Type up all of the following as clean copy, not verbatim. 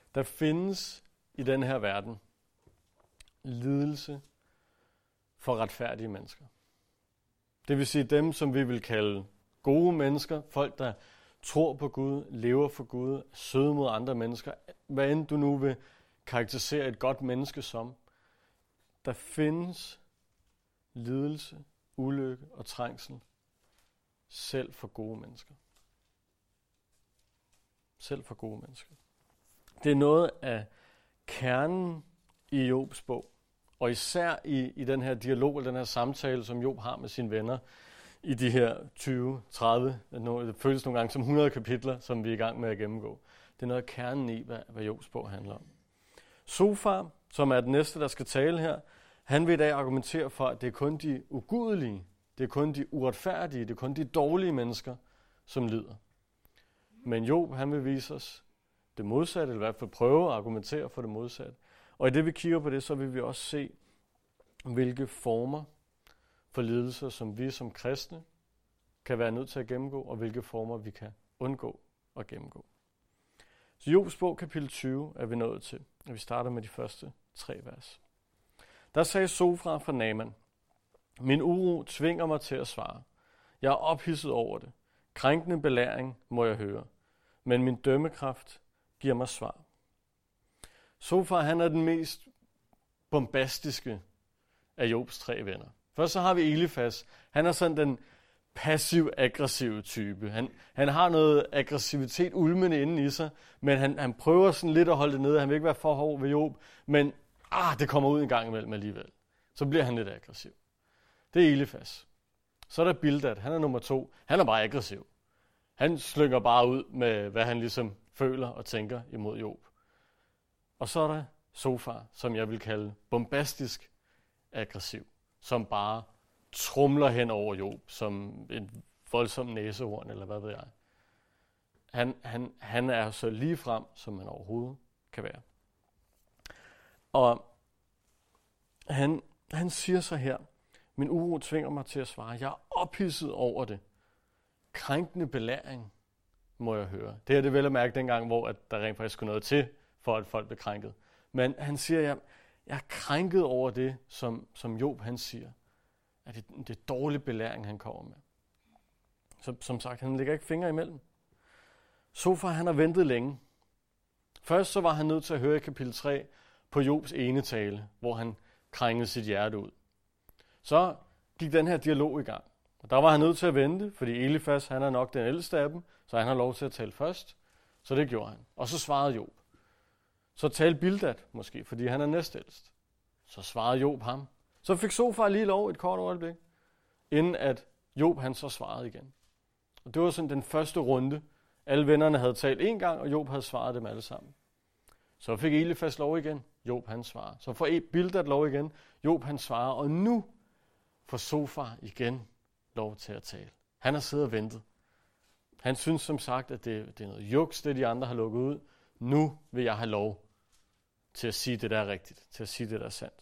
Der findes i den her verden lidelse for retfærdige mennesker. Det vil sige dem, som vi vil kalde gode mennesker, folk, der tror på Gud, lever for Gud, søde mod andre mennesker. Hvad end du nu vil karakterisere et godt menneske som. Der findes lidelse, ulykke og trængsel selv for gode mennesker. Selv for gode mennesker. Det er noget af kernen i Jobs bog. Og især i den her dialog, den her samtale, som Job har med sine venner, i de her 20, 30, det føles nogle gange som 100 kapitler, som vi er i gang med at gennemgå. Det er noget af kernen i, hvad Jobs bog handler om. Sofar, som er den næste, der skal tale her, han vil i dag argumentere for, at det er kun de ugudelige, det er kun de uretfærdige, det er kun de dårlige mennesker, som lider. Men Job, han vil vise os det modsatte, eller i hvert fald prøve at argumentere for det modsatte. Og i det vi kigger på det, så vil vi også se, hvilke former for lidelser, som vi som kristne kan være nødt til at gennemgå, og hvilke former vi kan undgå at gennemgå. Så Jobs bog, kapitel 20, er vi nået til, og vi starter med de første 3 vers. Der sagde Sofar fra Naaman: min uro tvinger mig til at svare. Jeg er ophidset over det. Krænkende belæring må jeg høre, men min dømmekraft giver mig svar. Sofar, han er den mest bombastiske af Jobs 3 venner. Først så har vi Elifas. Han er sådan den passiv-aggressive type. Han har noget aggressivitet ulmende inde i sig, men han prøver sådan lidt at holde det nede. Han vil ikke være for hård ved Job, men det kommer ud en gang imellem alligevel. Så bliver han lidt aggressiv. Det er Elifas. Så er der Bildad. Han er nummer 2. Han er bare aggressiv. Han slynger bare ud med, hvad han ligesom føler og tænker imod Job. Og så er der Sofar, som jeg vil kalde bombastisk aggressiv, som bare trumler hen over Job, som en voldsom næsehorn, eller hvad ved jeg. Han er så lige frem, som man overhovedet kan være. Og han siger så her: min uro tvinger mig til at svare. Jeg er ophidset over det. Krænkende belæring må jeg høre. Det er det vel at mærke dengang, hvor at der rent faktisk skulle noget til, for at folk blev krænket. Men han siger, jeg er krænket over det, som Job han siger. At det er dårlig belæring, han kommer med. Så som sagt, han lægger ikke fingre imellem. Sofar, han har ventet længe. Først så var han nødt til at høre i kapitel 3 på Jobs ene tale, hvor han krængede sit hjerte ud. Så gik den her dialog i gang. Og der var han nødt til at vente, fordi Elifas, han er nok den ældste af dem, så han har lov til at tale først. Så det gjorde han. Og så svarede Job. Så talte Bildad måske, fordi han er næstældst. Så svarede Job ham. Så fik Sofar lige lov et kort øjeblik, inden at Job han så svarede igen. Og det var sådan den første runde. Alle vennerne havde talt en gang, og Job havde svaret dem alle sammen. Så fik Elifas lov igen. Job han svarer. Så får Bildad lov igen. Job han svarer. Og nu får Sofar igen lov til at tale. Han har siddet og ventet. Han synes som sagt, at det er noget juks, det de andre har lukket ud. Nu vil jeg have lov til at sige det, der er rigtigt. Til at sige det, der er sandt.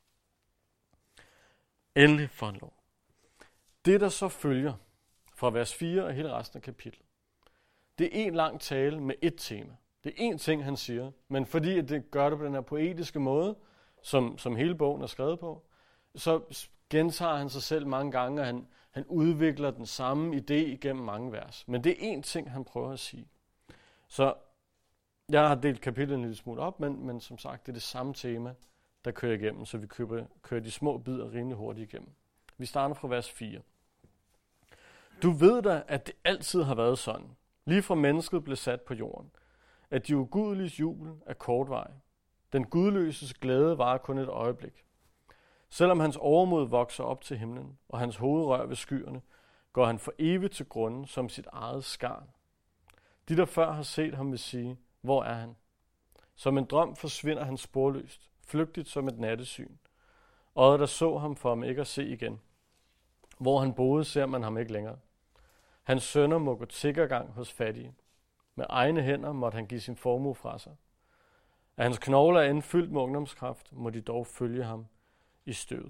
Endelig for en lov. Det, der så følger fra vers 4 og hele resten af kapitlet, det er en lang tale med et tema. Det er én ting, han siger, men fordi at det gør det på den her poetiske måde, som hele bogen er skrevet på, så gentager han sig selv mange gange, og han udvikler den samme idé igennem mange vers. Men det er én ting, han prøver at sige. Så jeg har delt kapitlet en lille smule op, men som sagt, det er det samme tema, der kører igennem, så vi kører de små bidder rimelig hurtigt igennem. Vi starter fra vers 4. Du ved da, at det altid har været sådan, lige fra mennesket blev sat på jorden, at de ugudeliges jubel er kortvarig. Den gudløses glæde varer kun et øjeblik. Selvom hans overmod vokser op til himlen, og hans hoved rør ved skyerne, går han for evigt til grunden som sit eget skarn. De, der før har set ham, vil sige, hvor er han? Som en drøm forsvinder han sporløst, flygtigt som et nattesyn. Øjet, der så ham, for ham ikke at se igen. Hvor han boede, ser man ham ikke længere. Hans sønner må gå tiggergang hos fattige. Med egne hænder måtte han give sin formue fra sig. At hans knogler er indfyldt med ungdomskraft, må de dog følge ham i støvet.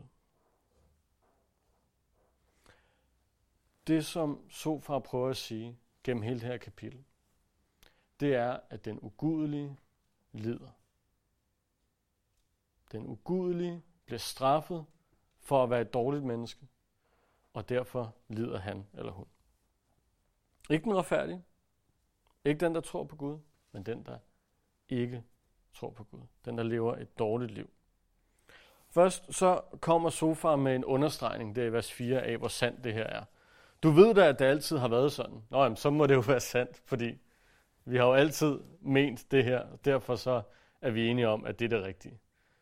Det, som Sofar prøver at sige gennem hele det her kapitel, det er, at den ugudelige lider. Den ugudelige bliver straffet for at være et dårligt menneske, og derfor lider han eller hun. Ikke den retfærdige, ikke den, der tror på Gud, men den, der ikke tror på Gud. Den, der lever et dårligt liv. Først så kommer Sofar med en understregning, der i vers 4 af, hvor sandt det her er. Du ved da, at det altid har været sådan. Nå, jamen, så må det jo være sandt, fordi vi har jo altid ment det her, og derfor så er vi enige om, at det er det rigtige.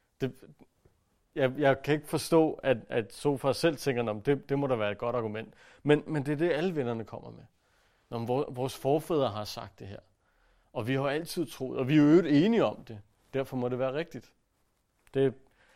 Jeg kan ikke forstå, at Sofar selv tænker, det må da være et godt argument. Men det er det, alle vennerne kommer med. Vores forfædre har sagt det her. Og vi har altid troet, og vi er jo enige om det. Derfor må det være rigtigt. Det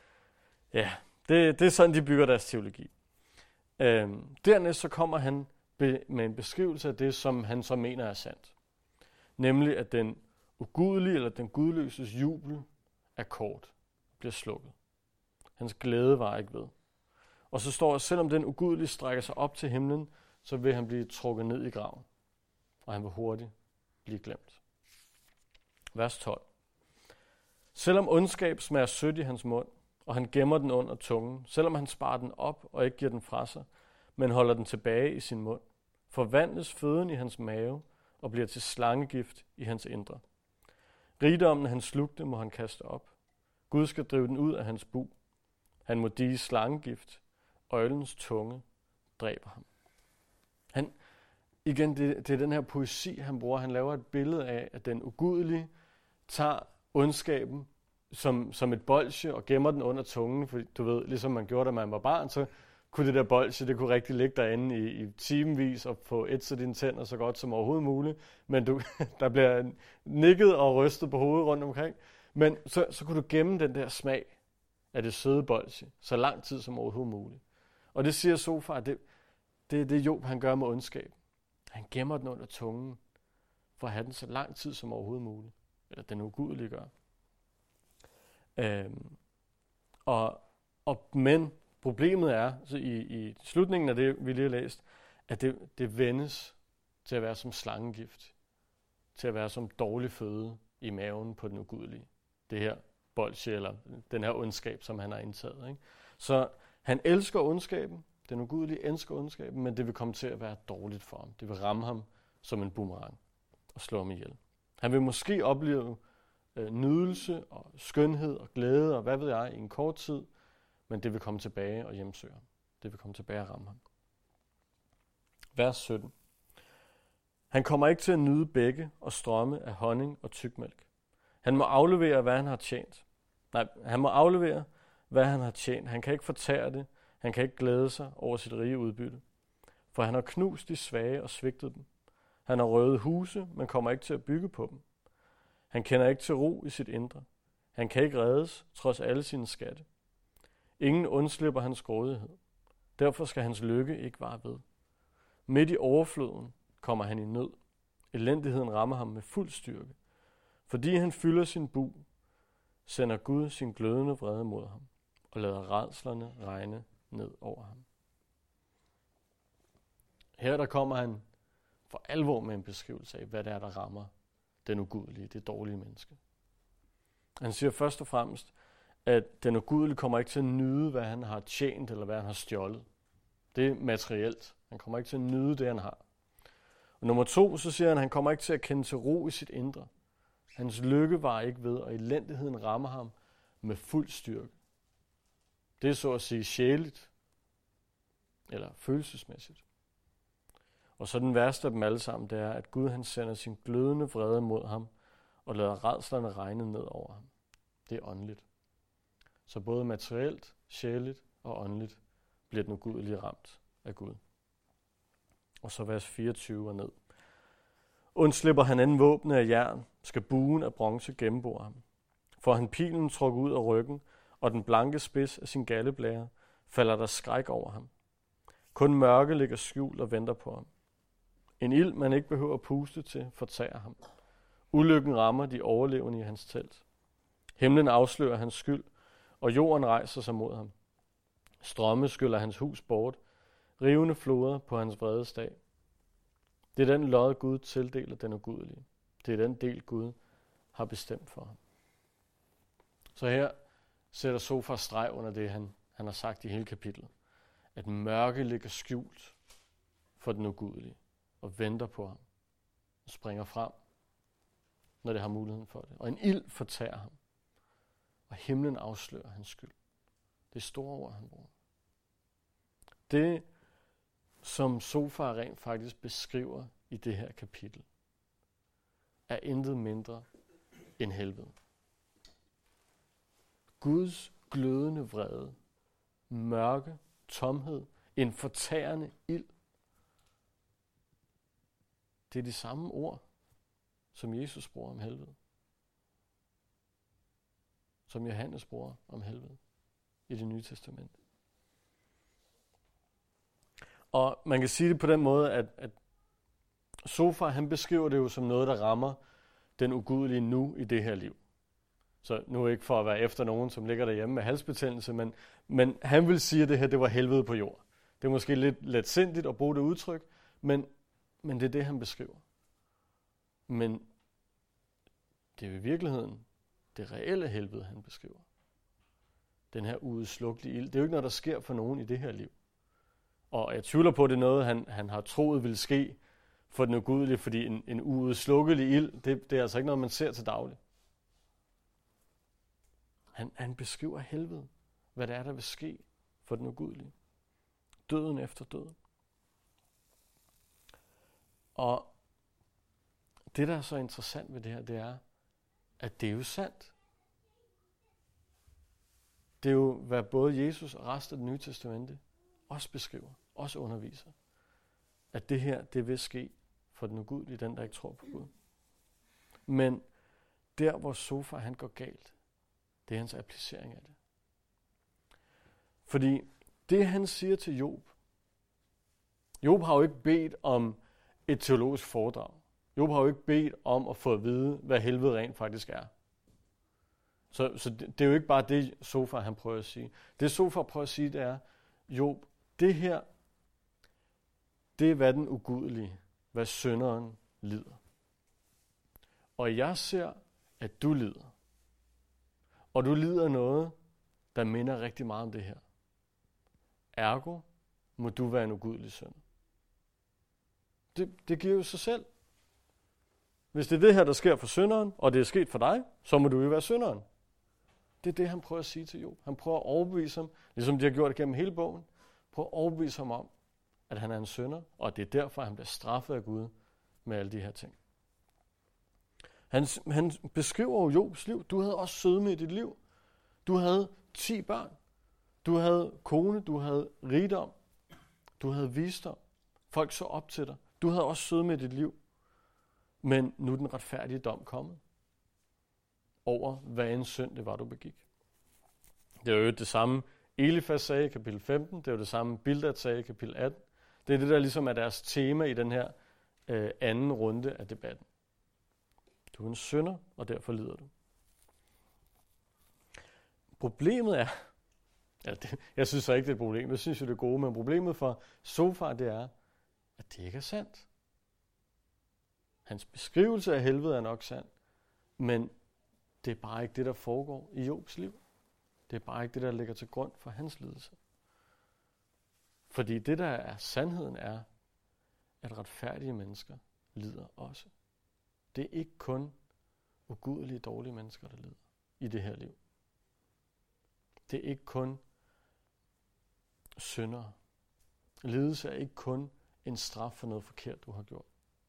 er sådan, de bygger deres teologi. Dernæst så kommer han med en beskrivelse af det, som han så mener er sandt. Nemlig, at den ugudelige eller den gudløses jubel er kort, bliver slukket. Hans glæde var ikke ved. Og så står der, selvom den ugudelige strækker sig op til himlen, så vil han blive trukket ned i graven. Og han vil hurtigt blive glemt. Vers 12. Selvom ondskab smager sødt i hans mund, og han gemmer den under tungen, selvom han sparer den op og ikke giver den fra sig, men holder den tilbage i sin mund, forvandles føden i hans mave og bliver til slangegift i hans indre. Rigdommen han slugte, må han kaste op. Gud skal drive den ud af hans bug. Han må dige slangegift. Øglens tunge dræber ham. Det er den her poesi, han bruger. Han laver et billede af, at den ugudelige tager ondskaben som et bolsje og gemmer den under tungen. For du ved, ligesom man gjorde, da man var barn, så kunne det der bolsje, det kunne rigtig ligge derinde i timevis og få ætset dine tænder så godt som overhovedet muligt. Men der bliver nikket og rystet på hovedet rundt omkring. Men så kunne du gemme den der smag af det søde bolsje så lang tid som overhovedet muligt. Og det siger Sofar, det er det Job, han gør med ondskab. Han gemmer den under tungen for at have den så lang tid som overhovedet muligt. Eller den ugudelige gør. Men problemet er, så i slutningen af det, vi lige har læst, at det vendes til at være som slangegift. Til at være som dårlig føde i maven på den ugudelige. Det her bolsje, eller den her ondskab, som han har indtaget. Ikke? Så han elsker ondskaben, den ugudelige elsker ondskaben, men det vil komme til at være dårligt for ham. Det vil ramme ham som en boomerang og slå ham ihjel. Han vil måske opleve nydelse og skønhed og glæde og hvad ved jeg i en kort tid, men det vil komme tilbage og hjemsøge ham. Det vil komme tilbage og ramme ham. Vers 17. Han kommer ikke til at nyde bække og strømme af honning og tykmælk. Han må aflevere, hvad han har tjent. Han må aflevere, hvad han har tjent. Han kan ikke fortære det. Han kan ikke glæde sig over sit rige udbytte. For han har knust de svage og svigtet dem. Han har røvet huse, men kommer ikke til at bygge på dem. Han kender ikke til ro i sit indre. Han kan ikke reddes, trods alle sine skatte. Ingen undslipper hans grådighed. Derfor skal hans lykke ikke vare ved. Midt i overfloden kommer han i nød. Elendigheden rammer ham med fuld styrke. Fordi han fylder sin bug, sender Gud sin glødende vrede mod ham og lader rædslerne regne ned over ham. Her der kommer han for alvor med en beskrivelse af, hvad det er, der rammer den ugudelige, det dårlige menneske. Han siger først og fremmest, at den ugudelige kommer ikke til at nyde, hvad han har tjent eller hvad han har stjålet. Det er materielt. Han kommer ikke til at nyde det, han har. Og nummer 2, så siger han, at han kommer ikke til at kende til ro i sit indre. Hans lykke var ikke ved, og elendigheden rammer ham med fuld styrke. Det er så at sige sjæligt, eller følelsesmæssigt. Og så den værste af dem alle sammen, det er, at Gud han sender sin glødende vrede mod ham, og lader rædslerne regne ned over ham. Det er åndeligt. Så både materielt, sjæligt og åndeligt bliver den ugudelige ramt af Gud. Og så vers 24 og ned. Undslipper han anden våbne af jern, skal buen af bronze gennembore ham. Får han pilen trukket ud af ryggen, og den blanke spids af sin galleblære, falder der skræk over ham. Kun mørke ligger skjult og venter på ham. En ild, man ikke behøver at puste til, fortærer ham. Ulykken rammer de overlevende i hans telt. Himlen afslører hans skyld, og jorden rejser sig mod ham. Strømme skyller hans hus bort, rivende floder på hans vredes dag. Det er den lod, Gud tildeler den ugudelige. Det er den del, Gud har bestemt for ham. Så her sætter Sofar streg under det, han har sagt i hele kapitlet. At mørke ligger skjult for den ugudelige og venter på ham og springer frem, når det har muligheden for det. Og en ild fortærer ham, og himlen afslører hans skyld. Det er store ord, han bruger. Det, som Sofar rent faktisk beskriver i det her kapitel, er intet mindre end helvede. Guds glødende vrede, mørke, tomhed, en fortærende ild. Det er de samme ord, som Jesus bruger om helvede. Som Johannes bruger om helvede i Det Nye Testamente. Og man kan sige det på den måde, at Sofar, han beskriver det jo som noget, der rammer den ugudelige nu i det her liv. Så nu ikke for at være efter nogen, som ligger derhjemme med halsbetændelse, men han vil sige, at det her, det var helvede på jord. Det er måske lidt letsindigt at bruge det udtryk, men det er det, han beskriver. Men det er i virkeligheden det reelle helvede, han beskriver. Den her uudslukkelige ild. Det er jo ikke noget, der sker for nogen i det her liv. Og jeg tvivler på, at det er noget, han har troet ville ske for den ugudelige, fordi en uudslukkelig ild, det er altså ikke noget, man ser til daglig. Han beskriver helvede, hvad det er, der vil ske for den ugudelige. Døden efter døden. Og det, der er så interessant ved det her, det er, at det er jo sandt. Det er jo, hvad både Jesus og resten af Det Nye Testamente også beskriver, også underviser. At det her, det vil ske for den ugudelige, den der ikke tror på Gud. Men der, hvor Sofar han går galt, det er hans applicering af det. Fordi det, han siger til Job, Job har jo ikke bedt om et teologisk foredrag. Job har jo ikke bedt om at få at vide, hvad helvede rent faktisk er. Så det er jo ikke bare det, Sofar han prøver at sige. Det, Sofar prøver at sige, det er, Job, det her, det er, hvad den ugudelige, hvad synderen lider. Og jeg ser, at du lider. Og du lider noget, der minder rigtig meget om det her. Ergo må du være en ugudelig synder. Det giver jo sig selv. Hvis det er det her, der sker for synderen, og det er sket for dig, så må du jo være synderen. Det er det, han prøver at sige til Job. Han prøver at overbevise ham, ligesom de har gjort det gennem hele bogen, prøver at overbevise ham om, at han er en synder, og det er derfor, han bliver straffet af Gud med alle de her ting. Han beskriver jo Jobs liv. Du havde også sødme i dit liv. Du havde 10 børn. Du havde kone, du havde rigdom. Du havde visdom. Folk så op til dig. Du havde også sødme i dit liv. Men nu er den retfærdige dom kommet over, hvad en synd det var, du begik. Det er jo det samme, Elifas sagde i kapitel 15. Det er jo det samme, Bildad sagde i kapitel 18. Det er det, der ligesom er deres tema i den her anden runde af debatten. Du er en synder, og derfor lider du. Problemet er, jeg synes så ikke, det er et problem, jeg synes jo, det er gode, men problemet for Sofar, det er, at det ikke er sandt. Hans beskrivelse af helvede er nok sand, men det er bare ikke det, der foregår i Jobs liv. Det er bare ikke det, der ligger til grund for hans lidelse. Fordi det, der er sandheden, er, at retfærdige mennesker lider også. Det er ikke kun ugudelige, dårlige mennesker, der lider i det her liv. Det er ikke kun syndere. Lidelse er ikke kun en straf for noget forkert, du har gjort.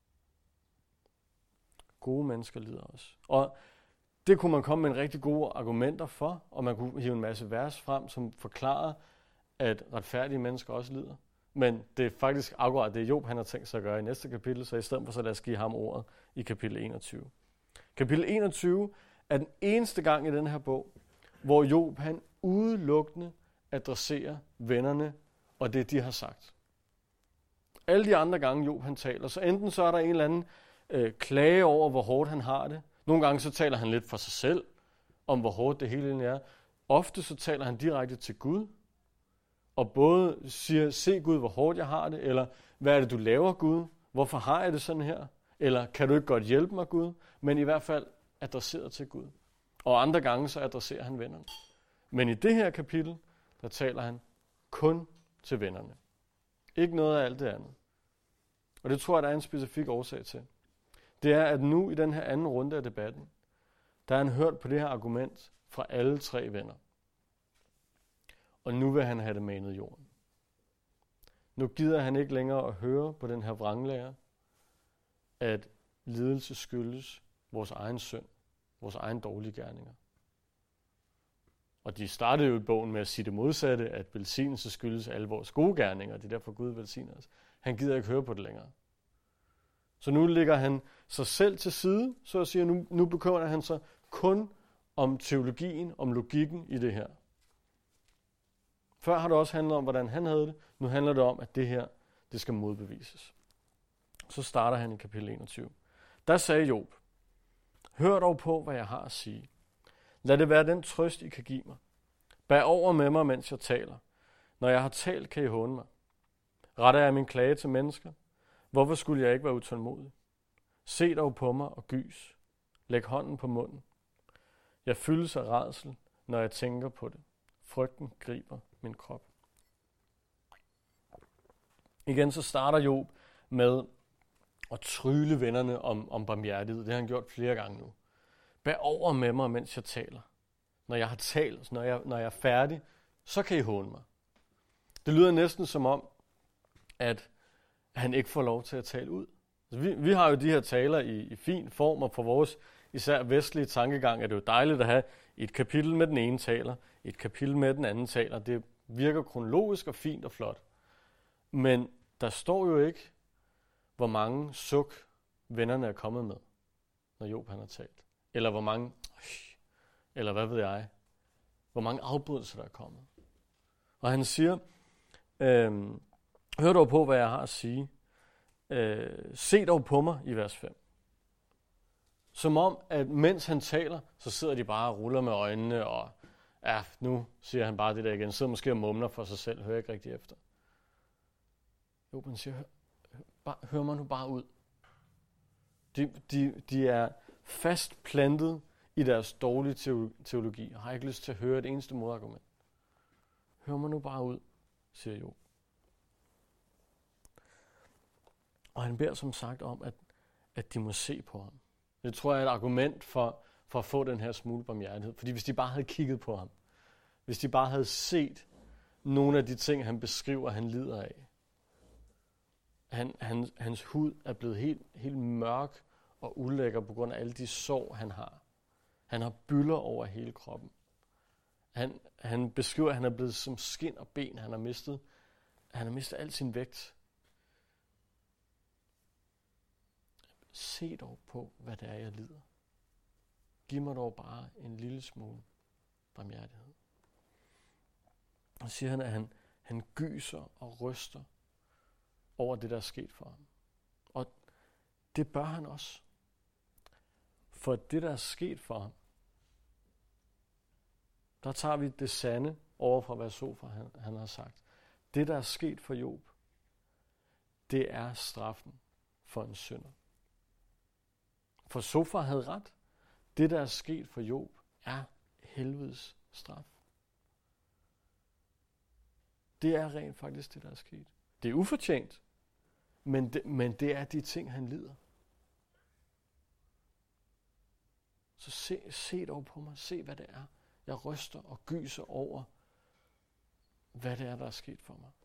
Gode mennesker lider også. Og det kunne man komme med en rigtig gode argumenter for, og man kunne hive en masse vers frem, som forklarer, at retfærdige mennesker også lider. Men det er faktisk akkurat det, Job han har tænkt sig at gøre i næste kapitel, så i stedet for så lad os give ham ordet i kapitel 21. Kapitel 21 er den eneste gang i den her bog, hvor Job han udelukkende adresserer vennerne og det, de har sagt. Alle de andre gange Job han taler, så enten så er der en eller anden klage over, hvor hårdt han har det. Nogle gange så taler han lidt for sig selv, om hvor hårdt det hele er. Ofte så taler han direkte til Gud, og både siger, se Gud, hvor hårdt jeg har det, eller hvad er det, du laver, Gud? Hvorfor har jeg det sådan her? Eller kan du ikke godt hjælpe mig, Gud? Men i hvert fald adresseret til Gud. Og andre gange så adresserer han vennerne. Men i det her kapitel, der taler han kun til vennerne. Ikke noget af alt det andet. Og det tror jeg, der er en specifik årsag til. Det er, at nu i den her anden runde af debatten, der har han hørt på det her argument fra alle 3 venner. Og nu vil han have det manet i jorden. Nu gider han ikke længere at høre på den her vranglærer, at lidelse skyldes vores egen synd, vores egen dårlige gerninger. Og de startede jo i bogen med at sige det modsatte, at velsignelse skyldes alle vores gode gerninger, det er derfor Gud velsigner os. Han gider ikke høre på det længere. Så nu lægger han sig selv til side, så at sige, nu bekymrer han sig kun om teologien, om logikken i det her. Før har det også handlet om, hvordan han havde det. Nu handler det om, at det her, det skal modbevises. Så starter han i kapitel 21. Der sagde Job, hør dog på, hvad jeg har at sige. Lad det være den trøst, I kan give mig. Bær over med mig, mens jeg taler. Når jeg har talt, kan I håne mig. Retter jeg min klage til mennesker? Hvorfor skulle jeg ikke være utålmodig? Se dog på mig og gys. Læg hånden på munden. Jeg fyldes af rædsel, når jeg tænker på det. Frygten griber min krop. Igen så starter Job med at trygle vennerne om barmhjertighed. Det har han gjort flere gange nu. Bær over med mig, mens jeg taler. Når jeg har talt, når jeg er færdig, så kan I håne mig. Det lyder næsten som om, at han ikke får lov til at tale ud. Altså, vi har jo de her taler i fin form, og for vores især vestlige tankegang er det jo dejligt at have et kapitel med den ene taler, et kapitel med den anden taler. Det virker kronologisk og fint og flot. Men der står jo ikke, hvor mange suk vennerne er kommet med, når Job han har talt. Eller hvor mange, eller hvad ved jeg, hvor mange afbrydelser der er kommet. Og han siger, hør dog på, hvad jeg har at sige. Se dog på mig i vers 5. Som om, at mens han taler, så sidder de bare og ruller med øjnene, og ja, nu siger han bare det der igen. Sidder måske og mumler for sig selv, hører ikke rigtig efter. Job han siger, hør mig nu bare ud. De er fast plantet i deres dårlige teologi, og har ikke lyst til at høre et eneste modargument. Hør mig nu bare ud, siger Job. Og han beder som sagt om, at de må se på ham. Det tror jeg er et argument for at få den her smule barmhjertighed. Fordi hvis de bare havde kigget på ham, hvis de bare havde set nogle af de ting, han beskriver, han lider af. Hans hud er blevet helt mørk og ulækker på grund af alle de sår, han har. Han har bylder over hele kroppen. Han beskriver, at han er blevet som skin og ben. Han har mistet al sin vægt. Se dog på, hvad det er, jeg lider. Giv mig dog bare en lille smule barmhjertighed. Og siger han, at han gyser og ryster over det, der er sket for ham. Og det bør han også. For det, der er sket for ham, der tager vi det sande over fra, hvad Sofa han har sagt. Det, der er sket for Job, det er straffen for en synder. For Sofa havde ret. Det, der er sket for Job, er helvedes straf. Det er rent faktisk det, der er sket. Det er ufortjent, men det er de ting, han lider. Så se dog på mig. Se, hvad det er. Jeg ryster og gyser over, hvad det er, der er sket for mig.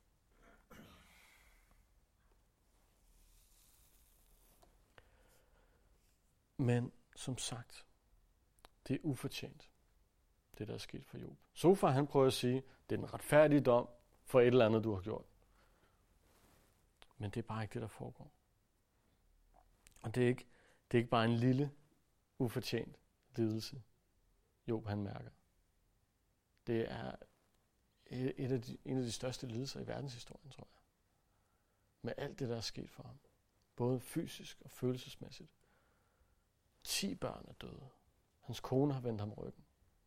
Men som sagt, det er ufortjent, det der er sket for Job. Sofa han prøver at sige, det er en retfærdig dom for et eller andet, du har gjort. Men det er bare ikke det, der foregår. Og det er ikke bare en lille, ufortjent lidelse, Job han mærker. Det er en af de største lidelser i verdenshistorien, tror jeg. Med alt det, der er sket for ham. Både fysisk og følelsesmæssigt. 10 børn er døde. Hans kone har vendt ham ryggen.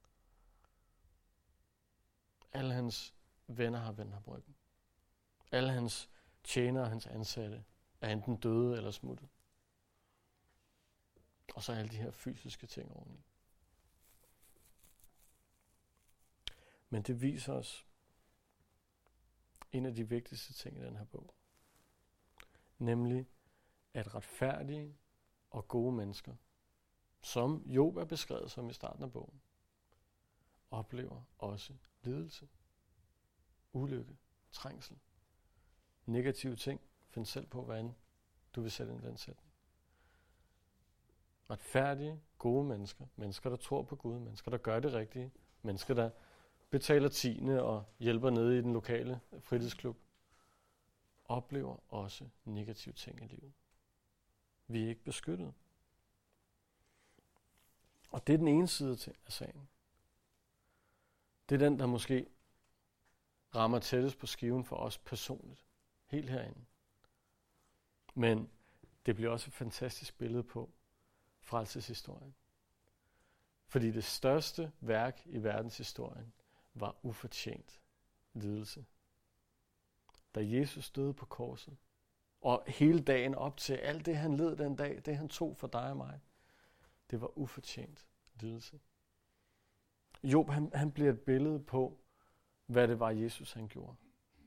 Alle hans venner har vendt ham ryggen. Alle hans tjenere og hans ansatte er enten døde eller smuttet. Og så alle de her fysiske ting oveni. Men det viser os en af de vigtigste ting i den her bog. Nemlig, at retfærdige og gode mennesker, som Job er beskrevet som i starten af bogen, oplever også lidelse, ulykke, trængsel, negative ting. Find selv på, hvordan du vil sætte ind i den sætning. Retfærdige, gode mennesker, mennesker, der tror på Gud, mennesker, der gør det rigtige, mennesker, der betaler tiende og hjælper nede i den lokale fritidsklub, oplever også negative ting i livet. Vi er ikke beskyttet. Og det er den ene side af sagen. Det er den, der måske rammer tættest på skiven for os personligt. Helt herinde. Men det bliver også et fantastisk billede på frelseshistorien. Fordi det største værk i verdenshistorien var ufortjent lidelse. Da Jesus døde på korset, og hele dagen op til alt det, han led den dag, det han tog for dig og mig, det var ufortjent lidelse. Job, han bliver et billede på, hvad det var, Jesus han gjorde.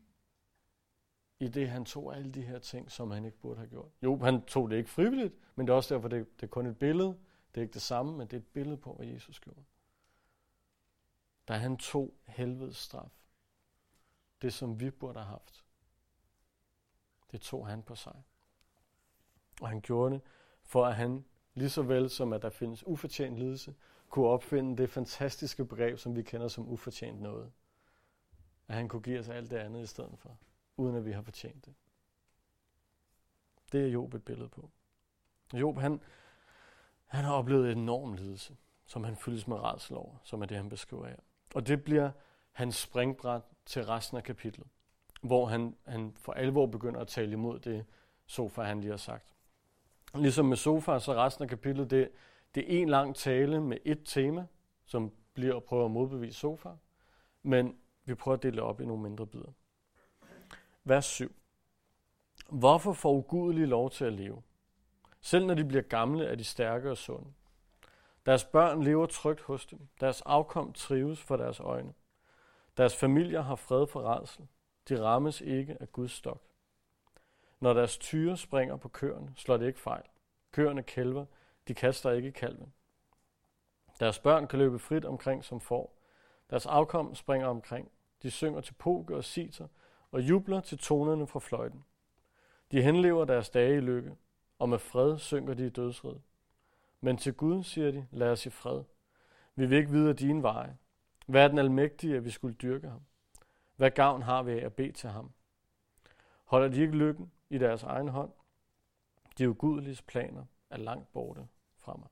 I det, han tog alle de her ting, som han ikke burde have gjort. Job, han tog det ikke frivilligt, men det er også derfor, det er kun et billede. Det er ikke det samme, men det er et billede på, hvad Jesus gjorde. Da han tog helvedes straf, det som vi burde have haft, det tog han på sig. Og han gjorde det, for at han, lige så vel som at der findes ufortjent lidelse, kunne opfinde det fantastiske begreb, som vi kender som ufortjent noget. At han kunne give os alt det andet i stedet for, uden at vi har fortjent det. Det er Job et billede på. Job, han har oplevet en enorm lidelse, som han fyldes med rædsel over, som er det, han beskriver her. Og det bliver hans springbræt til resten af kapitlet, hvor han for alvor begynder at tale imod det, Sofar han lige har sagt. Ligesom med Sofar, så resten af kapitlet, det er en lang tale med et tema, som bliver at prøve at modbevise Sofar, men vi prøver at dele op i nogle mindre bidder. Vers 7. Hvorfor får ugudelige lov til at leve? Selv når de bliver gamle, er de stærke og sunde. Deres børn lever trygt hos dem. Deres afkom trives for deres øjne. Deres familier har fred for rædsel. De rammes ikke af Guds stok. Når deres tyre springer på køerne, slår det ikke fejl. Køerne kælver, de kaster ikke kalven. Deres børn kan løbe frit omkring som får. Deres afkom springer omkring. De synger til poke og siter og jubler til tonerne fra fløjten. De henlever deres dage i lykke, og med fred synker de i dødsriget. Men til Gud siger de, lad os i fred. Vi vil ikke vide af dine veje. Hvad er den almægtige, at vi skulle dyrke ham? Hvad gavn har vi af at bede til ham? Holder de ikke lykken i deres egen hånd? De ugudeliges planer er langt borte fra mig.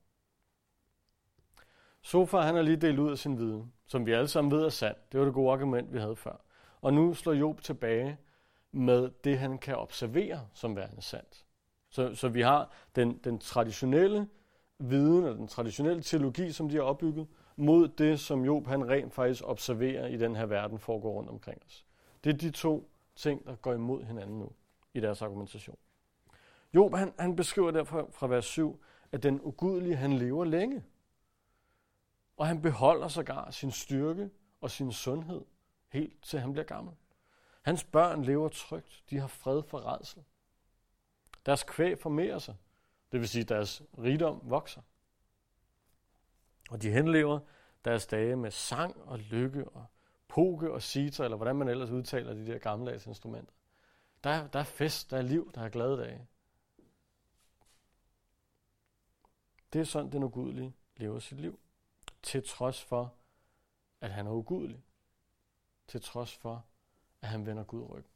Sofar, han har lige delt ud af sin viden, som vi alle sammen ved er sand. Det var det gode argument, vi havde før. Og nu slår Job tilbage med det, han kan observere som værende sandt. Så vi har den traditionelle viden og den traditionelle teologi, som de har opbygget, mod det, som Job han rent faktisk observerer i den her verden foregår rundt omkring os. Det er de to ting, der går imod hinanden nu i deres argumentation. Job han beskriver derfor fra vers 7, at den ugudelige han lever længe. Og han beholder sågar sin styrke og sin sundhed helt til han bliver gammel. Hans børn lever trygt. De har fred for rædsel. Deres kvæg formerer sig. Det vil sige, at deres rigdom vokser. Og de henlever deres dage med sang og lykke og poke og sitar, eller hvordan man ellers udtaler de der gammeldags instrumenter. Der er fest, der er liv, der er glade dage. Det er sådan, den ugudelige lever sit liv. Til trods for, at han er ugudelig. Til trods for, at han vender Gud ryggen.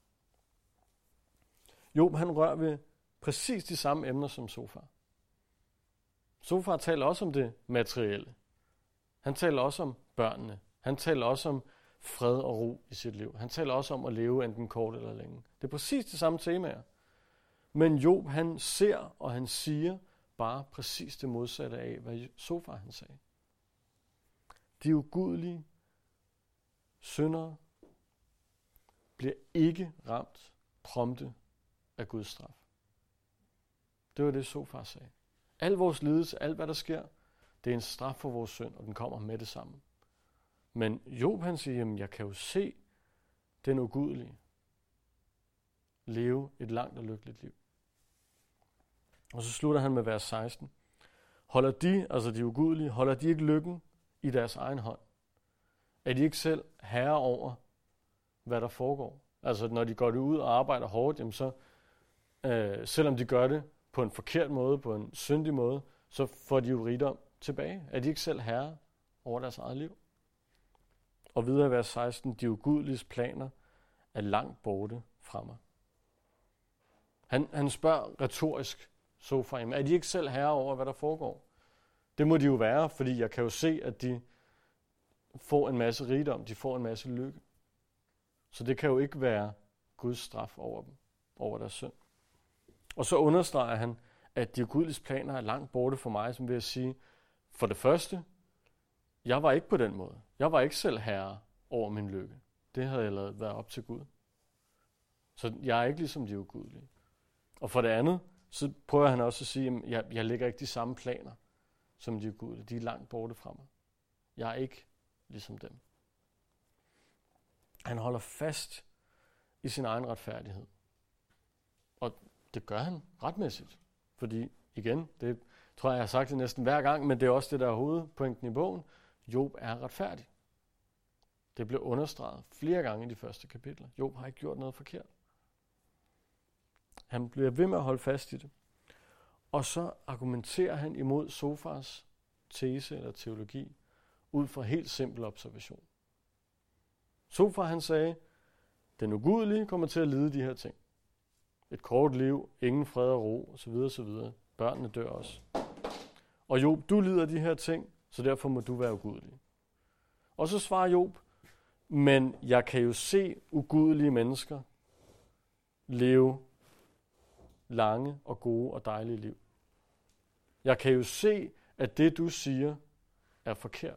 Job, han rører ved præcis de samme emner som Sofar. Sofar taler også om det materielle. Han taler også om børnene. Han taler også om fred og ro i sit liv. Han taler også om at leve enten kort eller længe. Det er præcis de samme temaer. Men Job, han ser og han siger bare præcis det modsatte af, hvad Sofar han sagde. De ugudelige syndere bliver ikke ramt prompte af Guds straf. Det var det, Sofar sagde. Al vores lidelse, alt hvad der sker, det er en straf for vores synd, og den kommer med det samme. Men Job han siger, jamen jeg kan jo se den ugudelige leve et langt og lykkeligt liv. Og så slutter han med vers 16. Holder de, altså de ugudelige, holder de ikke lykken i deres egen hånd? Er de ikke selv herre over, hvad der foregår? Altså når de går ud og arbejder hårdt, jamen så, selvom de gør det på en forkert måde, på en syndig måde, så får de jo rigdom tilbage. Er de ikke selv herre over deres eget liv? Og videre i vers 16, de ugudeliges planer er langt borte fra mig. Han spørger retorisk Sofar, er de ikke selv herre over, hvad der foregår? Det må de jo være, fordi jeg kan jo se, at de får en masse rigdom, de får en masse lykke. Så det kan jo ikke være Guds straf over dem, over deres synd. Og så understreger han, at de ugudeliges planer er langt borte fra mig, som vil jeg sige, for det første, jeg var ikke på den måde. Jeg var ikke selv herre over min lykke. Det havde jeg ladet være op til Gud. Så jeg er ikke ligesom de ugudelige. Og for det andet, så prøver han også at sige, at jeg lægger ikke de samme planer som de ugudelige. De er langt borte fra mig. Jeg er ikke ligesom dem. Han holder fast i sin egen retfærdighed. Og det gør han retmæssigt. Fordi igen, det tror jeg har sagt det næsten hver gang, men det er også det, der er hovedpointen i bogen. Job er retfærdig. Det blev understreget flere gange i de første kapitler. Job har ikke gjort noget forkert. Han bliver ved med at holde fast i det. Og så argumenterer han imod Sofars tese eller teologi ud fra helt simpel observation. Sofar han sagde, den ugudelige kommer til at lide de her ting. Et kort liv, ingen fred og ro, osv. osv. Børnene dør også. Og Job, du lider de her ting, så derfor må du være ugudelig. Og så svarer Job, men jeg kan jo se ugudelige mennesker leve lange og gode og dejlige liv. Jeg kan jo se, at det du siger er forkert.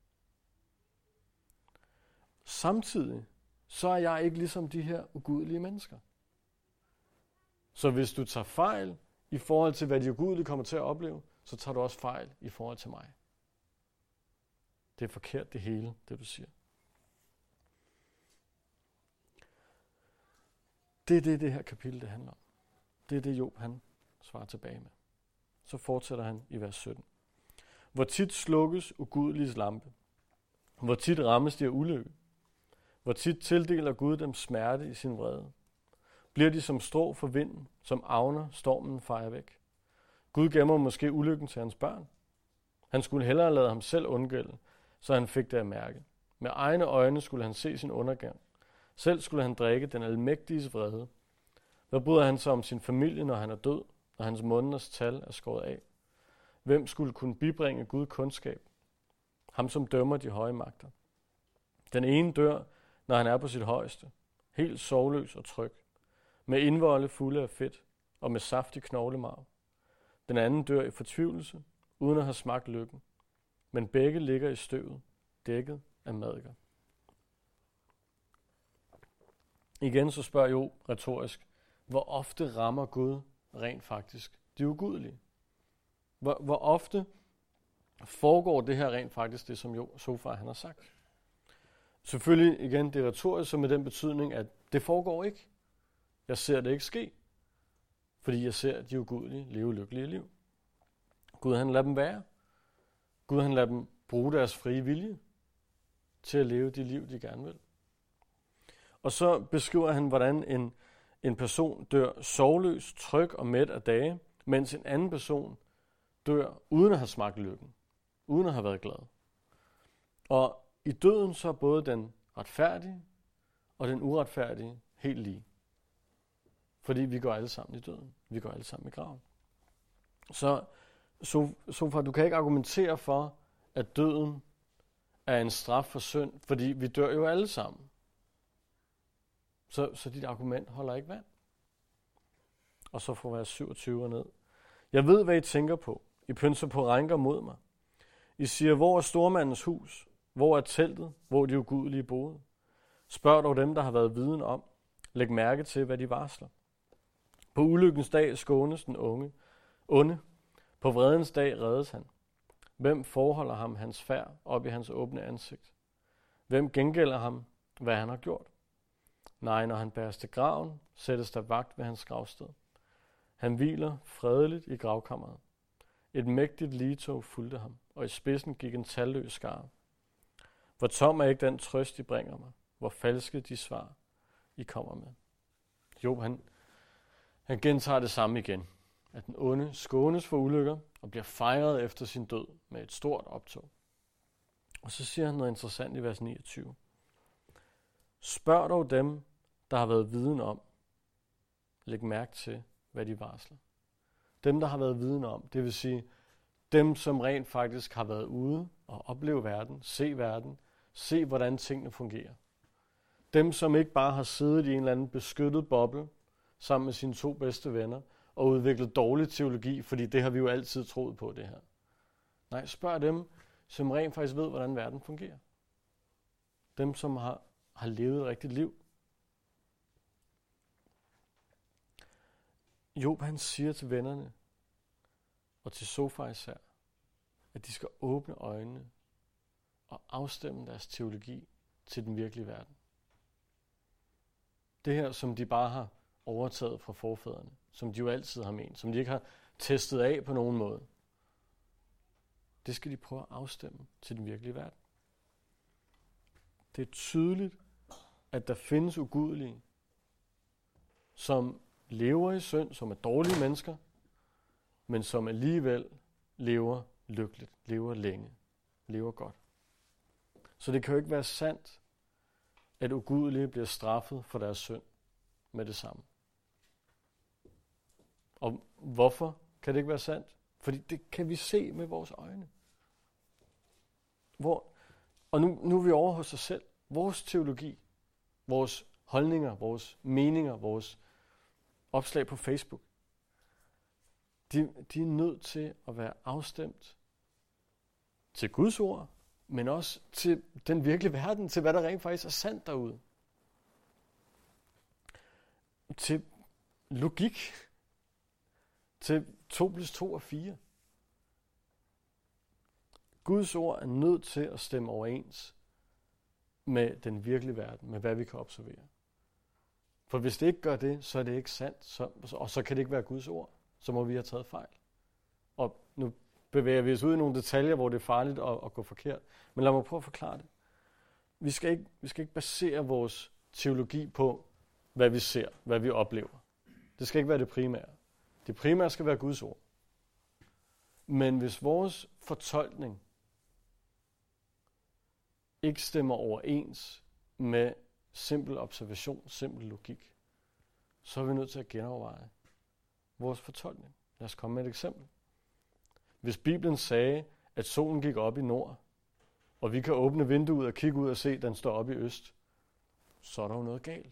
Samtidig så er jeg ikke ligesom de her ugudelige mennesker. Så hvis du tager fejl i forhold til, hvad de ugudelige kommer til at opleve, så tager du også fejl i forhold til mig. Det er forkert det hele, det du siger. Det er det her kapitel, det handler om. Det er det, Job han svarer tilbage med. Så fortsætter han i vers 17. Hvor tit slukkes ugudeliges lampe? Hvor tit rammes de af ulykke? Hvor tit tildeler Gud dem smerte i sin vrede? Bliver de som strå for vinden, som avner stormen fejer væk? Gud gemmer måske ulykken til hans børn. Han skulle hellere lade ham selv undgælde, så han fik det at mærke. Med egne øjne skulle han se sin undergang. Selv skulle han drikke den almægtiges vrede. Hvad bryder han sig om sin familie, når han er død, og hans måneders tal er skåret af? Hvem skulle kunne bibringe Gud kundskab? Ham, som dømmer de høje magter. Den ene dør, når han er på sit højeste, helt sorgløs og tryg, med indvolde fulde af fedt og med saftig knoglemarv. Den anden dør i fortvivlelse, uden at have smagt lykken, men begge ligger i støvet, dækket af madker. Igen så spørger Job retorisk, hvor ofte rammer Gud rent faktisk de ugudelige? Hvor ofte foregår det her rent faktisk, det som Sofar han har sagt? Selvfølgelig igen det retorisk, så med den betydning, at det foregår ikke. Jeg ser det ikke ske, fordi jeg ser de ugudelige leve lykkelige liv. Gud han lader dem være. Gud han lader dem bruge deres frie vilje til at leve de liv, de gerne vil. Og så beskriver han, hvordan en person dør sorgløs, tryg og mæt af dage, mens en anden person dør uden at have smagt lykken, uden at have været glad. Og i døden så er både den retfærdige og den uretfærdige helt lige. Fordi vi går alle sammen i døden. Vi går alle sammen i graven. Så Sofar, du kan ikke argumentere for, at døden er en straf for synd, fordi vi dør jo alle sammen. Så dit argument holder ikke vand. Og så får vers 27 ned. Jeg ved, hvad I tænker på. I pynser på rænker mod mig. I siger, hvor er stormandens hus? Hvor er teltet? Hvor er de ugudelige boede? Spørg dog dem, der har været viden om. Læg mærke til, hvad de varsler. På ulykkens dag skånes den onde. På vredens dag reddes han. Hvem forholder ham hans færd op i hans åbne ansigt? Hvem gengælder ham, hvad han har gjort? Nej, når han bæres til graven, sættes der vagt ved hans gravsted. Han hviler fredeligt i gravkammeret. Et mægtigt ligetog fulgte ham, og i spidsen gik en talløs skare. Hvor tom er ikke den trøst, I bringer mig? Hvor falske de svar, I kommer med? Job, han gentager det samme igen. At den onde skånes for ulykker og bliver fejret efter sin død med et stort optog. Og så siger han noget interessant i vers 29. Spørg dog dem, der har været viden om. Læg mærke til, hvad de varsler. Dem, der har været viden om, det vil sige dem, som rent faktisk har været ude og opleve verden, se hvordan tingene fungerer. Dem, som ikke bare har siddet i en eller anden beskyttet boble sammen med sine 2 bedste venner og udviklet dårlig teologi, fordi det har vi jo altid troet på det her. Nej, spørg dem, som rent faktisk ved, hvordan verden fungerer. Dem, som har levet et rigtigt liv. Job, han siger til vennerne og til Sofar især, at de skal åbne øjnene og afstemme deres teologi til den virkelige verden. Det her, som de bare har overtaget fra forfædrene, som de jo altid har ment, som de ikke har testet af på nogen måde, det skal de prøve at afstemme til den virkelige verden. Det er tydeligt, at der findes ugudelige, som lever i synd, som er dårlige mennesker, men som alligevel lever lykkeligt, lever længe, lever godt. Så det kan jo ikke være sandt, at ugudelige bliver straffet for deres synd med det samme. Og hvorfor kan det ikke være sandt? Fordi det kan vi se med vores øjne. Og nu er vi over hos os selv. Vores teologi, vores holdninger, vores meninger, vores opslag på Facebook, de er nødt til at være afstemt til Guds ord, men også til den virkelige verden, til hvad der rent faktisk er sandt derude. Til logik, til 2 + 2 er 4. Guds ord er nødt til at stemme overens med den virkelige verden, med hvad vi kan observere. For hvis det ikke gør det, så er det ikke sandt, og så kan det ikke være Guds ord. Så må vi have taget fejl. Og nu bevæger vi os ud i nogle detaljer, hvor det er farligt at gå forkert. Men lad mig prøve at forklare det. Vi skal ikke basere vores teologi på, hvad vi ser, hvad vi oplever. Det skal ikke være det primære. Det primære skal være Guds ord. Men hvis vores fortolkning ikke stemmer overens med simpel observation, simpel logik, så er vi nødt til at genoverveje vores fortolkning. Lad os komme med et eksempel. Hvis Bibelen sagde, at solen gik op i nord, og vi kan åbne vinduet og kigge ud og se, at den står op i øst, så er der jo noget galt.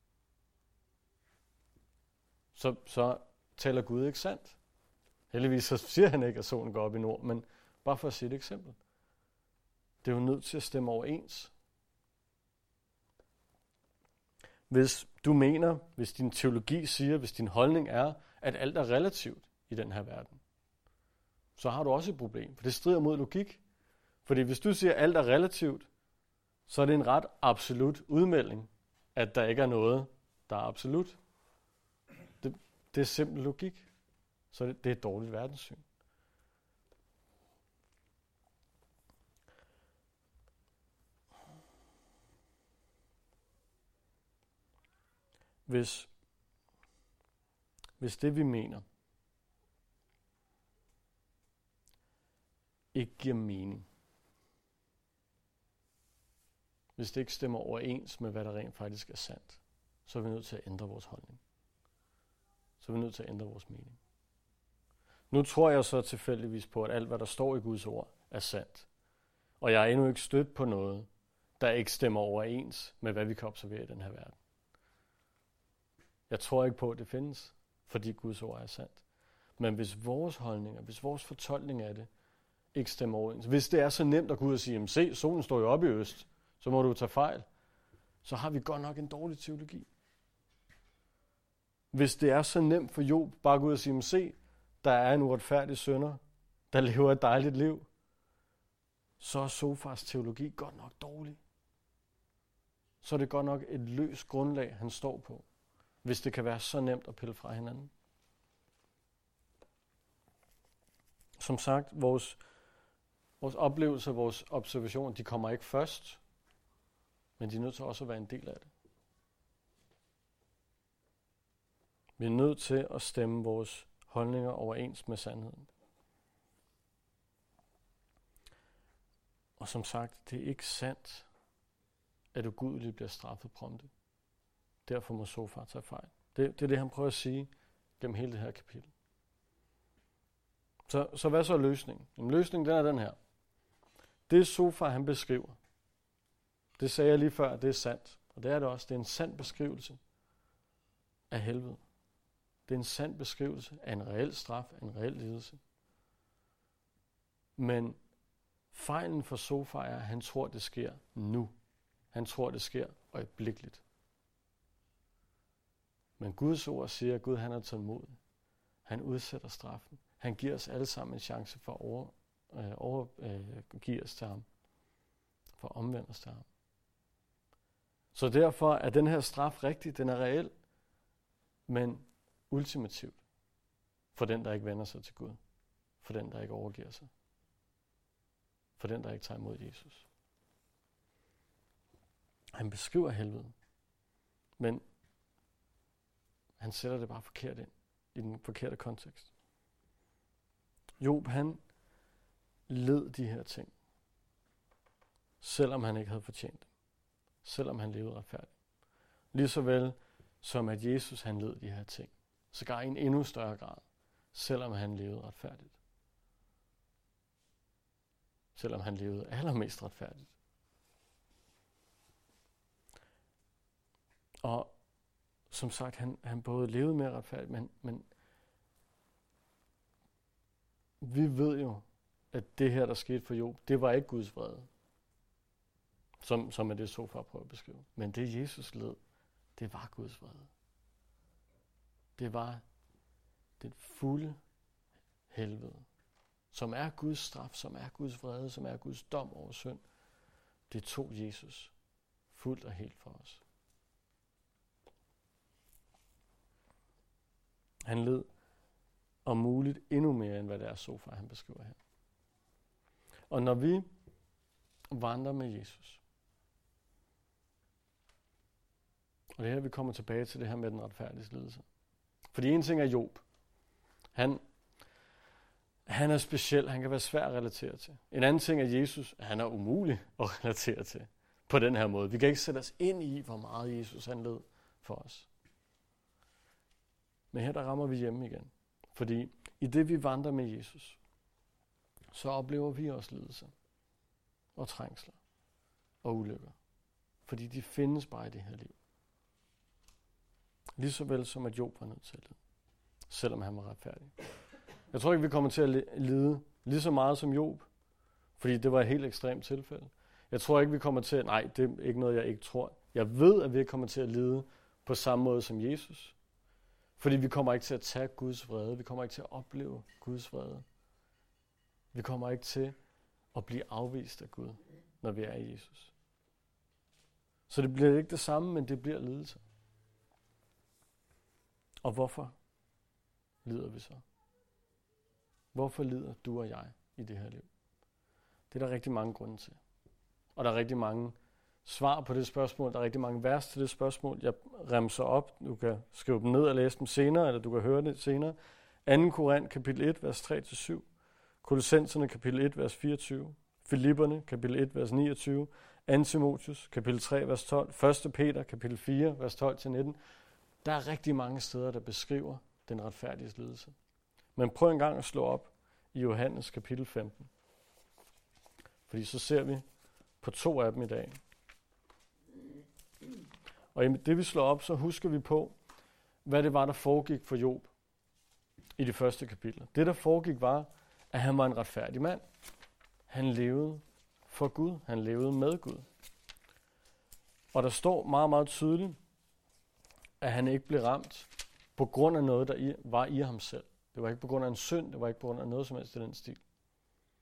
Så taler Gud ikke sandt. Heldigvis så siger han ikke, at solen går op i nord, men bare for at sige et eksempel. Det er jo nødt til at stemme overens. Hvis du mener, hvis din teologi siger, hvis din holdning er, at alt er relativt i den her verden, så har du også et problem, for det strider mod logik. Fordi hvis du siger, at alt er relativt, så er det en ret absolut udmelding, at der ikke er noget, der er absolut. Det er simpel logik. Så det er et dårligt verdenssyn. Hvis det vi mener ikke giver mening, hvis det ikke stemmer overens med, hvad der rent faktisk er sandt, så er vi nødt til at ændre vores holdning. Så er vi nødt til at ændre vores mening. Nu tror jeg så tilfældigvis på, at alt, hvad der står i Guds ord, er sandt. Og jeg er endnu ikke stødt på noget, der ikke stemmer overens med, hvad vi kan observere i den her verden. Jeg tror ikke på, at det findes, fordi Guds ord er sandt. Men hvis vores holdninger, hvis vores fortolkning af det, ikke stemmer overens, hvis det er så nemt at gå ud og sige, se, solen står jo oppe i øst, så må du tage fejl, så har vi godt nok en dårlig teologi. Hvis det er så nemt for Job bare at gå ud og sige, se, der er en uretfærdig synder, der lever et dejligt liv, så er Sofars teologi godt nok dårlig. så er det godt nok et løst grundlag, han står på, hvis det kan være så nemt at pille fra hinanden. Som sagt, vores oplevelser, vores observationer, de kommer ikke først, men de er nødt til også at være en del af det. Vi er nødt til at stemme vores holdninger overens med sandheden. Og som sagt, det er ikke sandt, at ugudeligt bliver straffet prompte. Derfor må Sofar tage fejl. Det er det, han prøver at sige gennem hele det her kapitel. Så hvad så er løsningen? Jamen, løsningen den er den her. Det Sofar han beskriver, det sagde jeg lige før, det er sandt. Og det er det også. Det er en sand beskrivelse af helvede. Det er en sand beskrivelse af en reel straf, en reel lidelse. Men fejlen for Sofar er, at han tror, det sker nu. Han tror, det sker øjeblikkeligt. Men Guds ord siger, at Gud han er tålmodig. Han udsætter straffen. Han giver os alle sammen en chance for at overgive os til ham. For at omvende os til ham. Så derfor er den her straf rigtig, den er reel, men ultimativt for den, der ikke vender sig til Gud. For den, der ikke overgiver sig. For den, der ikke tager imod Jesus. Han beskriver helvede, men han sætter det bare forkert ind, i den forkerte kontekst. Job, han led de her ting, selvom han ikke havde fortjent det. Selvom han levede retfærdigt. Lige så vel som at Jesus, han led de her ting. Sågar i en endnu større grad, selvom han levede retfærdigt. Selvom han levede allermest retfærdigt. Og som sagt, han både levede mere retfærdigt, men vi ved jo, at det her, der skete for Job, det var ikke Guds vrede. Som er det, Sofar prøver at beskrive. Men det Jesus led, det var Guds vrede. Det var den fulde helvede, som er Guds straf, som er Guds vrede, som er Guds dom over synd. Det tog Jesus fuldt og helt for os. Han led om muligt endnu mere, end hvad det er Sofar, han beskriver her. Og når vi vandrer med Jesus, og det her, vi kommer tilbage til det her med den retfærdige lidelse. Fordi en ting er Job. Han er speciel, han kan være svær at relatere til. En anden ting er Jesus, han er umulig at relatere til på den her måde. Vi kan ikke sætte os ind i, hvor meget Jesus han led for os. Men her der rammer vi hjemme igen. Fordi i det vi vandrer med Jesus, så oplever vi også lidelse og trængsler og ulykker. Fordi de findes bare i det her liv. Lige så vel som at Job var nødt til at lide, selvom han var retfærdig. Jeg tror ikke, vi kommer til at lide lige så meget som Job, fordi det var et helt ekstremt tilfælde. Jeg tror ikke, vi kommer til at... Nej, det er ikke noget, jeg ikke tror. Jeg ved, at vi kommer til at lide på samme måde som Jesus. Fordi vi kommer ikke til at tage Guds vrede. Vi kommer ikke til at opleve Guds vrede. Vi kommer ikke til at blive afvist af Gud, når vi er i Jesus. Så det bliver ikke det samme, men det bliver lidelse. Og hvorfor lider vi så? Hvorfor lider du og jeg i det her liv? Det er der rigtig mange grunde til. Og der er rigtig mange svar på det spørgsmål. Der er rigtig mange vers til det spørgsmål. Jeg remser op. Du kan skrive dem ned og læse dem senere, eller du kan høre det senere. 2. Korint, kapitel 1, vers 3-7. Kolossenserne, kapitel 1, vers 24. Filipperne, kapitel 1, vers 29. 2. Timotheus, kapitel 3, vers 12. 1. Peter, kapitel 4, vers 12-19. Der er rigtig mange steder, der beskriver den retfærdige lidelse. Men prøv en gang at slå op i Johannes kapitel 15. Fordi så ser vi på 2 af dem i dag. Og i det vi slår op, så husker vi på, hvad det var, der foregik for Job i de første kapitler. Det, der foregik, var, at han var en retfærdig mand. Han levede for Gud. Han levede med Gud. Og der står meget, meget tydeligt, at han ikke blev ramt på grund af noget, der var i ham selv. Det var ikke på grund af en synd, det var ikke på grund af noget som helst i den stil.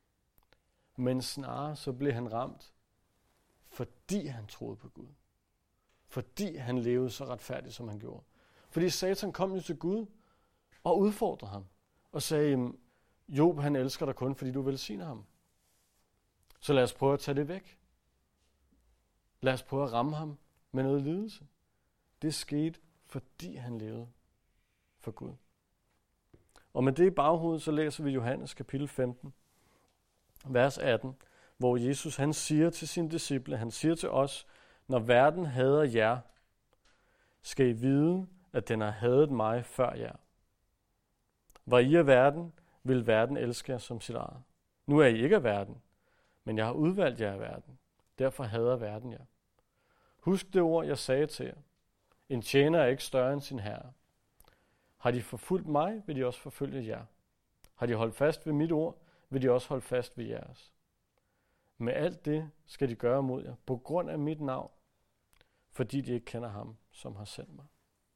Men snarere så blev han ramt, fordi han troede på Gud. fordi han levede så retfærdigt, som han gjorde. Fordi Satan kom jo til Gud og udfordrede ham og sagde, Job, han elsker dig kun, fordi du velsigner ham. Så lad os prøve at tage det væk. Lad os prøve at ramme ham med noget lidelse. Det skete, fordi han levede for Gud. Og med det i baghovedet, så læser vi Johannes kapitel 15, vers 18, hvor Jesus han siger til sine disciple, han siger til os, når verden hader jer, skal I vide, at den har hadet mig før jer. Var I af verden, vil verden elske jer som sit eget. Nu er I ikke af verden, men jeg har udvalgt jer af verden. Derfor hader verden jer. Husk det ord, jeg sagde til jer. En tjener er ikke større end sin herre. Har de forfulgt mig, vil de også forfølge jer. Har de holdt fast ved mit ord, vil de også holde fast ved jeres. Med alt det skal de gøre mod jer, på grund af mit navn, fordi de ikke kender ham, som har sendt mig.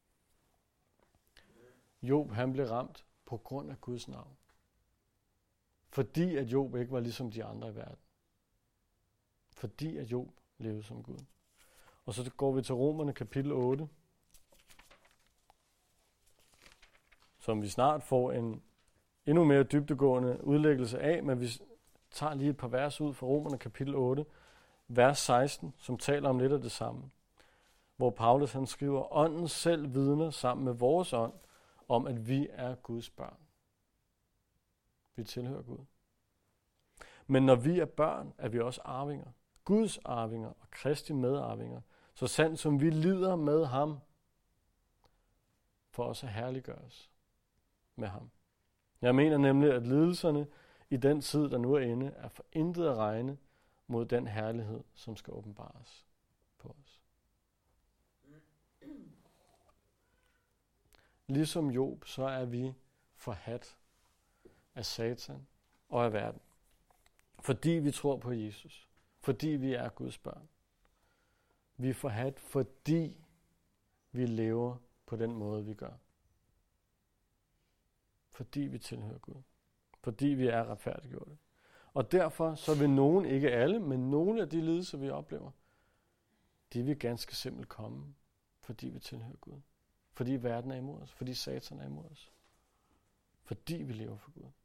Job, han blev ramt på grund af Guds navn. Fordi at Job ikke var ligesom de andre i verden. Fordi at Job levede som Gud. Og så går vi til Romerne kapitel 8, som vi snart får en endnu mere dybdegående udlæggelse af, men vi tager lige et par vers ud fra Romerne kapitel 8, vers 16, som taler om lidt af det samme. Hvor Paulus han skriver, ånden selv vidner sammen med vores ånd, om at vi er Guds børn. Vi tilhører Gud. Men når vi er børn, er vi også arvinger. Guds arvinger og Kristi medarvinger. Så sandt som vi lider med ham, for os at herliggøres med ham. Jeg mener nemlig, at lidelserne i den tid, der nu er inde, er for intet at regne mod den herlighed, som skal åbenbares på os. Ligesom Job, så er vi forhadt af Satan og af verden. Fordi vi tror på Jesus. Fordi vi er Guds børn. Vi er forhadt, fordi vi lever på den måde, vi gør. Fordi vi tilhører Gud. Fordi vi er retfærdiggjorte. Og derfor så vil nogen, ikke alle, men nogle af de lidelser, vi oplever, de vil ganske simpelt komme, fordi vi tilhører Gud. Fordi verden er imod os. Fordi Satan er imod os. Fordi vi lever for Gud.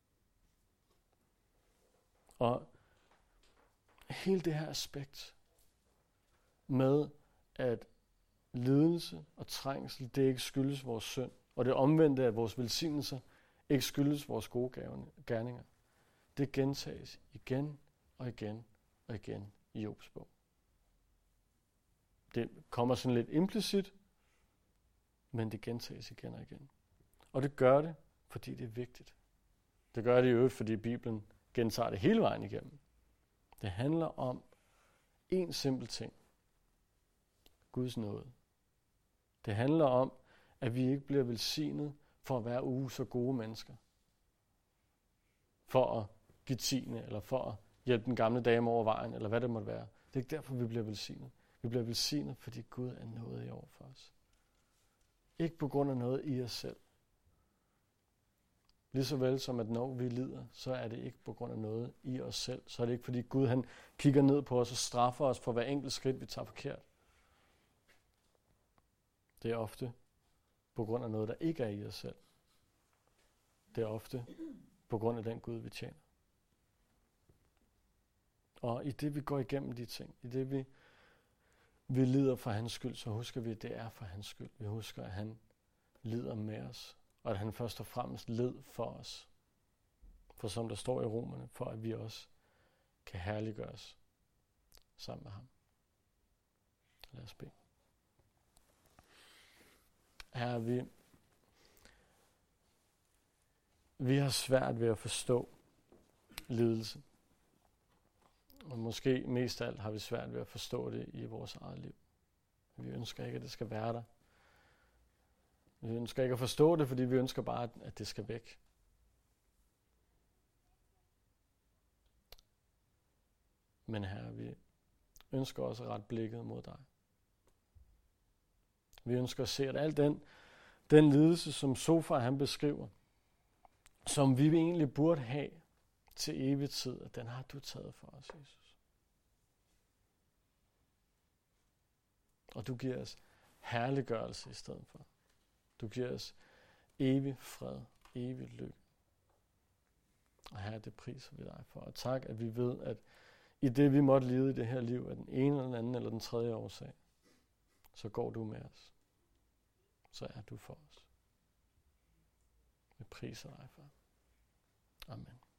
Og hele det her aspekt med, at lidelse og trængsel, det ikke skyldes vores synd, og det omvendte, at vores velsignelser ikke skyldes vores gode gerninger, det gentages igen og igen og igen i Jobs bog. Det kommer sådan lidt implicit, men det gentages igen og igen. Og det gør det, fordi det er vigtigt. Det gør det jo, fordi Bibelen gentager det hele vejen igennem. Det handler om en simpel ting. Guds nåde. Det handler om, at vi ikke bliver velsignet for at være så gode mennesker. For at give tiende, eller for at hjælpe den gamle dame over vejen, eller hvad det måtte være. Det er ikke derfor, vi bliver velsignet. Vi bliver velsignet, fordi Gud er nådig over for os. Ikke på grund af noget i os selv. Lige så vel som at når vi lider, så er det ikke på grund af noget i os selv. Så er det ikke fordi Gud han kigger ned på os og straffer os for hver enkelt skridt, vi tager forkert. Det er ofte på grund af noget, der ikke er i os selv. Det er ofte på grund af den Gud, vi tjener. Og i det vi går igennem de ting, i det vi lider for hans skyld, så husker vi, at det er for hans skyld. Vi husker, at han lider med os, og at han først og fremmest led for os. For som der står i Romerne, for at vi også kan herliggøres sammen med ham. Lad os bede. Herre, vi har svært ved at forstå lidelse. Og måske mest af alt har vi svært ved at forstå det i vores eget liv. Vi ønsker ikke, at det skal være der. Vi ønsker ikke at forstå det, fordi vi ønsker bare, at det skal væk. Men Herre, vi ønsker også at rette blikket mod dig. Vi ønsker at se, at al den lidelse, som Sofar han beskriver, som vi egentlig burde have til evig tid, at den har du taget for os, Jesus. Og du giver os herliggørelse i stedet for. Du giver os evig fred, evig lykke. Og Herre, det priser vi dig for. Og tak, at vi ved, at i det, vi måtte lide i det her liv, af den ene eller den anden eller den tredje årsag, så går du med os. Så er du for os. Vi priser dig for. Amen.